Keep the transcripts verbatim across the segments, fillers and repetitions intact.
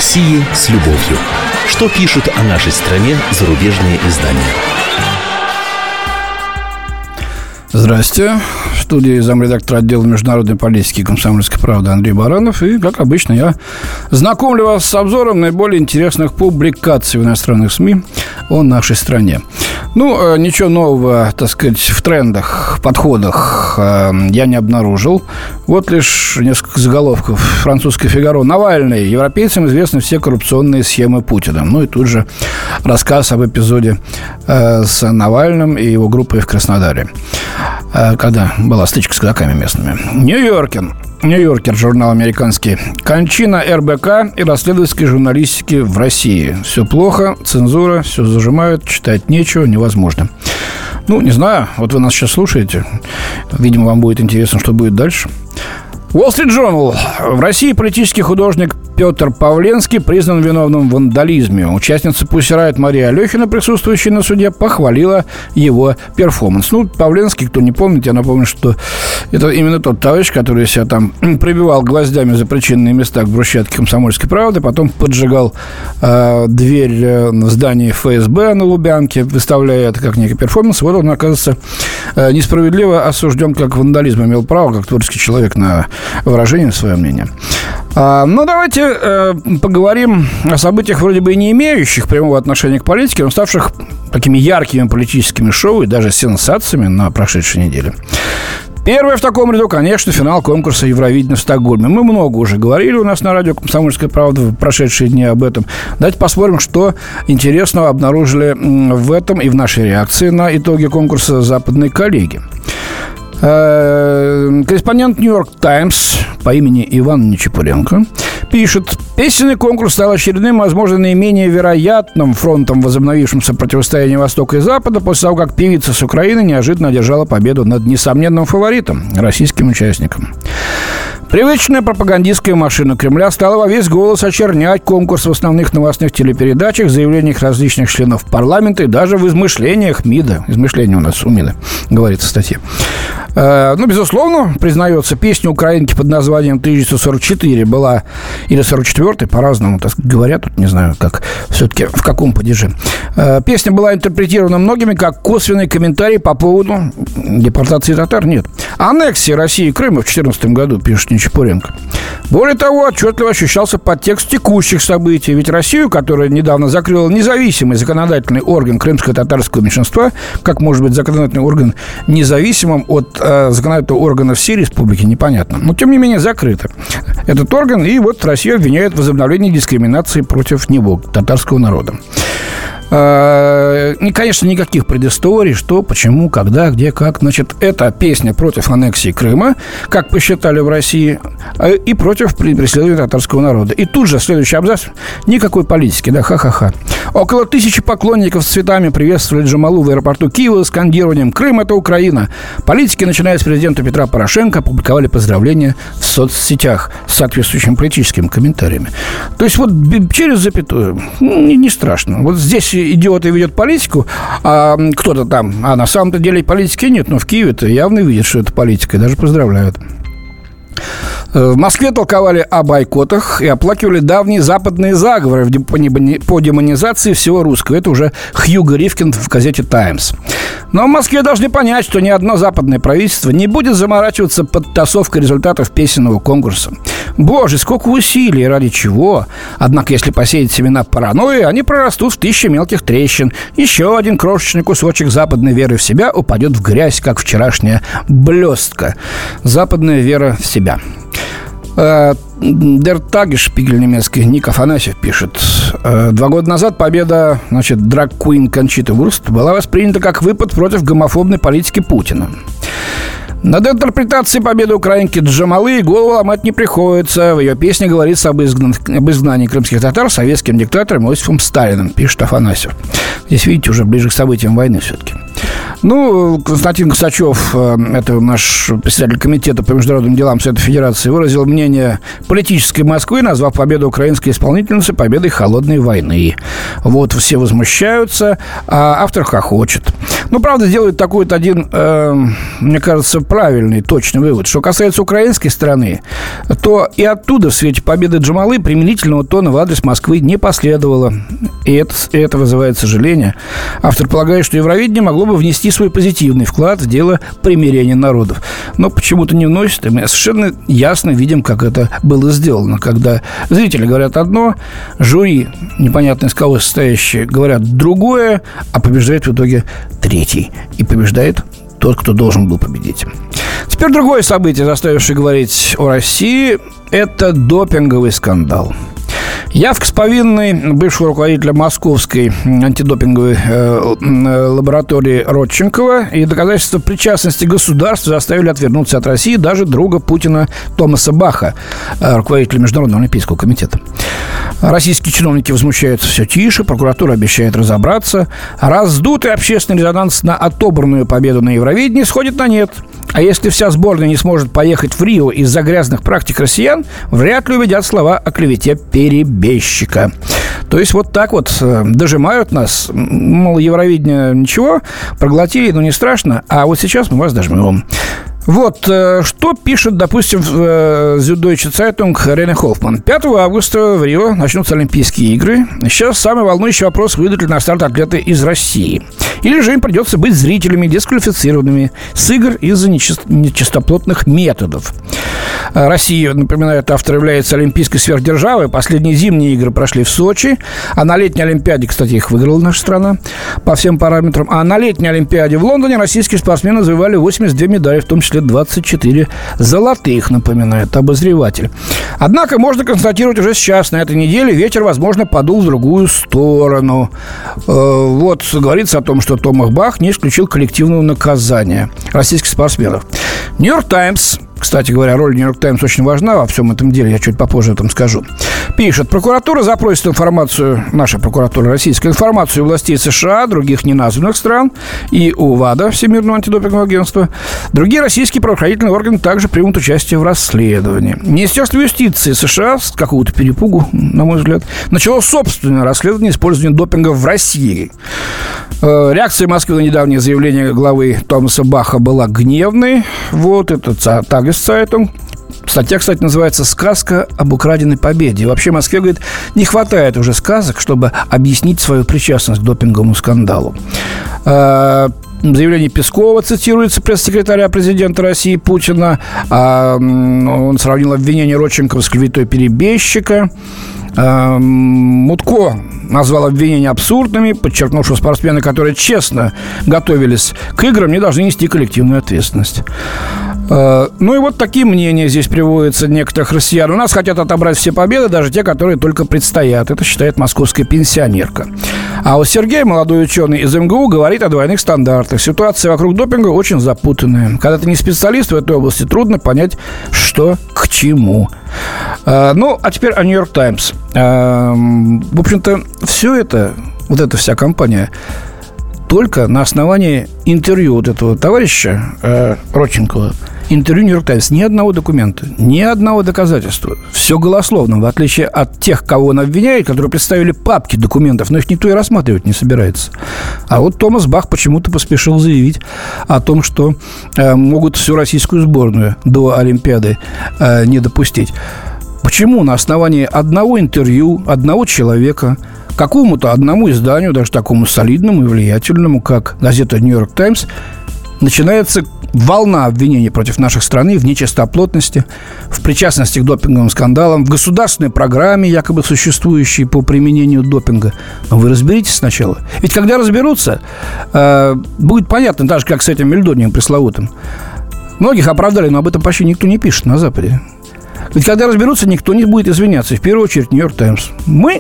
России с любовью. Что пишут о нашей стране зарубежные издания? Здрасте. В студии замредактора отдела международной политики «Комсомольской правды» Андрей Баранов. И, как обычно, я знакомлю вас с обзором наиболее интересных публикаций в иностранных СМИ о нашей стране. Ну, ничего нового, так сказать, в трендах, подходах я не обнаружил. Вот лишь несколько заголовков. Французское «Фигаро». Навальный. Европейцам известны все коррупционные схемы Путина. Ну и тут же рассказ об эпизоде с Навальным и его группой в Краснодаре, когда была стычка с казаками местными. Нью-Йоркер. Нью-Йоркер, журнал американский. Кончина эр бэ ка и расследовательской журналистики в России. Все плохо, цензура, все зажимают, читать нечего, невозможно. Ну, не знаю, вот вы нас сейчас слушаете. Видимо, вам будет интересно, что будет дальше. Wall Street Journal. В России политический художник Петр Павленский признан виновным в вандализме. Участница Pussy Riot Мария Алехина, присутствующая на суде, похвалила его перформанс. Ну, Павленский, кто не помнит, я напомню, что это именно тот товарищ, который себя там прибивал гвоздями за причинные места к брусчатке «Комсомольской правды», потом поджигал э, дверь э, в здании эф эс бэ на Лубянке, выставляя это как некий перформанс. Вот он, оказывается, э, несправедливо осужден как вандализм. Имел право, как творческий человек, на выражение своего мнения. А, ну, давайте э, поговорим о событиях, вроде бы и не имеющих прямого отношения к политике, но ставших такими яркими политическими шоу и даже сенсациями на прошедшей неделе. Первое в таком ряду, конечно, финал конкурса Евровидения в Стокгольме. Мы много уже говорили у нас на радио «Комсомольская правда» в прошедшие дни об этом. Давайте посмотрим, что интересного обнаружили в этом и в нашей реакции на итоги конкурса западные коллеги. Корреспондент «Нью-Йорк Таймс» по имени Иван Нечипуренко пишет: песенный конкурс стал очередным, возможно, наименее вероятным фронтом, возобновившим противостояние Востока и Запада, после того, как певица с Украины неожиданно одержала победу над несомненным фаворитом, российским участником. Привычная пропагандистская машина Кремля стала во весь голос очернять конкурс в основных новостных телепередачах, заявлениях различных членов парламента и даже в измышлениях МИДа. Измышления у нас у МИДа, говорится в статье. Э, ну, безусловно, признается, песня украинки под названием тысяча девятьсот сорок четыре была, или сорок четвёртый, по-разному, так говорят, тут не знаю, как, все-таки в каком падеже. Э, песня была интерпретирована многими как косвенный комментарий по поводу депортации татар. Нет. Аннексии России Крыма в две тысячи четырнадцатом году, пишет Нечипуренко. Более того, отчетливо ощущался подтекст текущих событий. Ведь Россию, которая недавно закрыла независимый законодательный орган крымско-татарского меньшинства, как может быть законодательный орган независимым от э, законодательного органа всей республики, непонятно. Но, тем не менее, закрыто этот орган. И вот Россию обвиняют в возобновлении дискриминации против него, татарского народа. И, конечно, никаких предысторий, что, почему, когда, где, как. Значит, это песня против аннексии Крыма, как посчитали в России, и против преследования татарского народа. И тут же следующий абзац. Никакой политики, да, ха-ха-ха. Около тысячи поклонников с цветами приветствовали Джамалу в аэропорту Киева скандированием: «Крым – это Украина». Политики, начиная с президента Петра Порошенко, опубликовали поздравления в соцсетях с соответствующими политическими комментариями. То есть вот через запятую. Не, не страшно. Вот здесь идиоты ведет политику, а кто-то там, а на самом-то деле политики нет, но в Киеве-то явно видят, что это политика, и даже поздравляют. В Москве толковали о бойкотах и оплакивали давние западные заговоры по демонизации всего русского. Это уже Хьюго Ривкин в газете «Таймс». Но в Москве должны понять, что ни одно западное правительство не будет заморачиваться подтасовкой результатов песенного конкурса. Боже, сколько усилий, ради чего? Однако, если посеять семена паранойи, они прорастут в тысячи мелких трещин. Еще один крошечный кусочек западной веры в себя упадет в грязь, как вчерашняя блестка. Западная вера в себя. Der Tagesspiegel немецкий, Ник Афанасьев пишет: два года назад победа, значит, драг-куин Кончиты Вурст была воспринята как выпад против гомофобной политики Путина. Над интерпретацией победы украинки Джамалы голову ломать не приходится. В ее песне говорится об, изгнан... об изгнании крымских татар советским диктатором Иосифом Сталиным, пишет Афанасьев. Здесь, видите, уже ближе к событиям войны все-таки. Ну, Константин Косачев, это наш председатель комитета по международным делам Совета Федерации, выразил мнение политической Москвы, назвав победу украинской исполнительницы победой холодной войны. Вот, все возмущаются, а автор хохочет. Ну, правда, делает такой вот один, э, мне кажется, правильный, точный вывод. Что касается украинской стороны, то и оттуда в свете победы Джамалы применительного тона в адрес Москвы не последовало. И это, и это вызывает сожаление. Автор полагает, что Евровидение могло бы внести свой позитивный вклад в дело примирения народов. Но почему-то не вносит, и мы совершенно ясно видим, как это было сделано. Когда зрители говорят одно, жюри, непонятно из кого состоящие, говорят другое, а побеждает в итоге третий. И побеждает тот, кто должен был победить. Теперь другое событие, заставившее говорить о России, это допинговый скандал. Явка с повинной бывшего руководителя московской антидопинговой э, лаборатории Родченкова и доказательства причастности государства заставили отвернуться от России даже друга Путина Томаса Баха, э, руководителя Международного олимпийского комитета. Российские чиновники возмущаются все тише, прокуратура обещает разобраться. Раздутый общественный резонанс на отобранную победу на Евровидении сходит на нет. А если вся сборная не сможет поехать в Рио из-за грязных практик россиян, вряд ли убедят слова о клевете перебежчика. То есть вот так вот дожимают нас. Мол, Евровидение ничего, проглотили, но не страшно. А вот сейчас мы вас дожмем. Вот, что пишет, допустим, в Süddeutsche Zeitung Рене Хоффман. пятого августа в Рио начнутся Олимпийские игры. Сейчас самый волнующий вопрос, выйдут ли на старт атлеты из России. Или же им придется быть зрителями, дисквалифицированными с игр из-за нечист... нечистоплотных методов. Россия, напоминаю, это автор, является олимпийской сверхдержавой. Последние зимние игры прошли в Сочи. А на летней Олимпиаде, кстати, их выиграла наша страна по всем параметрам. А на летней Олимпиаде в Лондоне российские спортсмены завоевали восемьдесят две медали, в том числе двадцать четыре золотых, напоминает обозреватель. Однако можно констатировать уже сейчас, на этой неделе, ветер, возможно, подул в другую сторону. Вот, говорится о том, что Томас Бах не исключил коллективного наказания российских спортсменов. Нью-Йорк Таймс, кстати говоря, роль Нью-Йорк Таймс очень важна во всем этом деле, я чуть попозже об этом скажу. Пишет: прокуратура запросит информацию, наша прокуратура российская, информацию у властей США, других неназванных стран и у ВАДА, Всемирного антидопингового агентства. Другие российские правоохранительные органы также примут участие в расследовании. Министерство юстиции США, с какого-то перепугу, на мой взгляд, начало собственное расследование использования допинга в России. Реакция Москвы на недавнее заявление главы Томаса Баха была гневной. Вот это Tageszeitung. Статья, кстати, называется «Сказка об украденной победе». И вообще Москве, говорит, не хватает уже сказок, чтобы объяснить свою причастность к допинговому скандалу. Заявление Пескова цитируется, пресс-секретаря президента России Путина. Он сравнил обвинение Родченкова с клеветой перебежчика. Мутко назвал обвинения абсурдными, подчеркнув, что спортсмены, которые честно готовились к играм, не должны нести коллективную ответственность. Ну и вот такие мнения здесь приводятся некоторых россиян. У нас хотят отобрать все победы, даже те, которые только предстоят. Это считает московская пенсионерка. А вот Сергей, молодой ученый из эм гэ у, говорит о двойных стандартах. Ситуация вокруг допинга очень запутанная. Когда ты не специалист в этой области, трудно понять, что к чему. Ну, а теперь о Нью-Йорк Таймс. В общем-то, все это, вот эта вся компания, только на основании интервью вот этого товарища э, Родченкова, интервью Нью-Йорк Таймс, ни одного документа, ни одного доказательства. Все голословно, в отличие от тех, кого он обвиняет, которые представили папки документов, но их никто и рассматривать не собирается. А вот Томас Бах почему-то поспешил заявить о том, что э, могут всю российскую сборную до Олимпиады э, не допустить. Почему на основании одного интервью, одного человека, какому-то одному изданию, даже такому солидному и влиятельному, как газета «Нью-Йорк Таймс», начинается волна обвинений против нашей страны в нечистоплотности, в причастности к допинговым скандалам, в государственной программе, якобы существующей по применению допинга. Но вы разберитесь сначала. Ведь когда разберутся, э, будет понятно, даже как с этим мельдонием пресловутым. Многих оправдали, но об этом почти никто не пишет на Западе. Ведь когда разберутся, никто не будет извиняться. В первую очередь «Нью-Йорк Таймс». Мы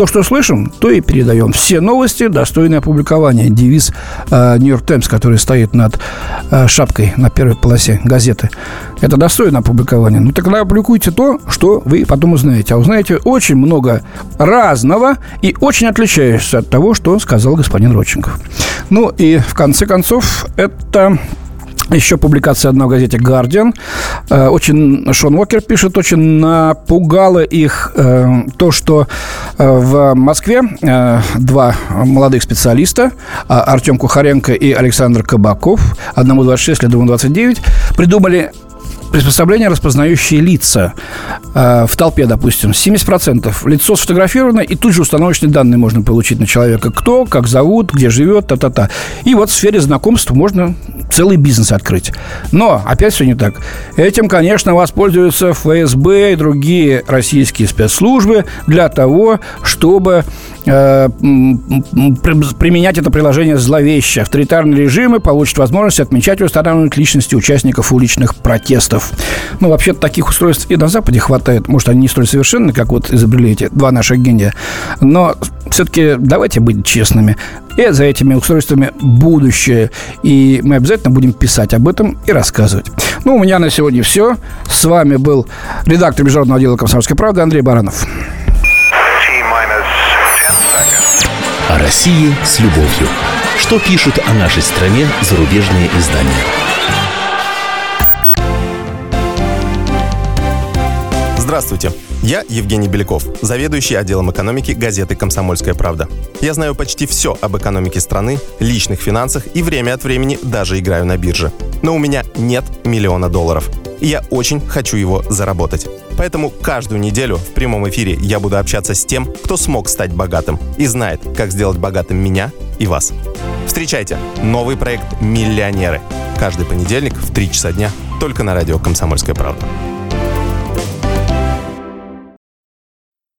То, что слышим, то и передаем. Все новости достойны опубликования. Девиз «Нью-Йорк Таймс», который стоит над э, шапкой на первой полосе газеты. Это достойно опубликования. Ну, тогда опубликуйте то, что вы потом узнаете. А узнаете очень много разного и очень отличающегося от того, что сказал господин Родченков. Ну, и в конце концов, это... Еще публикация одна в газете «Гардиан». Очень, Шон Уокер пишет, очень напугало их э, то, что э, в Москве э, два молодых специалиста, э, Артем Кухаренко и Александр Кабаков, одному двадцать шесть лет, другому двадцать девять, придумали приспособление, распознающее лица э, в толпе, допустим, семьдесят процентов. Лицо сфотографировано, и тут же установочные данные можно получить на человека. Кто, как зовут, где живет, та-та-та. И вот в сфере знакомств можно целый бизнес открыть. Но, опять все не так. Этим, конечно, воспользуются эф эс бэ и другие российские спецслужбы для того, чтобы э, применять это приложение зловеще. Авторитарные режимы получат возможность отмечать и устанавливать личности участников уличных протестов. Ну, вообще-то таких устройств и на Западе хватает. Может, они не столь совершенны, как вот изобрели эти два наших гения. Но все-таки давайте быть честными. И за этими устройствами будущее. И мы обязательно будем писать об этом и рассказывать. Ну, у меня на сегодня все. С вами был редактор международного отдела «Комсомольской правды» Андрей Баранов. О России с любовью. Что пишут о нашей стране зарубежные издания? Здравствуйте, я Евгений Беляков, заведующий отделом экономики газеты «Комсомольская правда». Я знаю почти все об экономике страны, личных финансах и время от времени даже играю на бирже. Но у меня нет миллиона долларов, и я очень хочу его заработать. Поэтому каждую неделю в прямом эфире я буду общаться с тем, кто смог стать богатым и знает, как сделать богатым меня и вас. Встречайте новый проект «Миллионеры». Каждый понедельник в три часа дня только на радио «Комсомольская правда».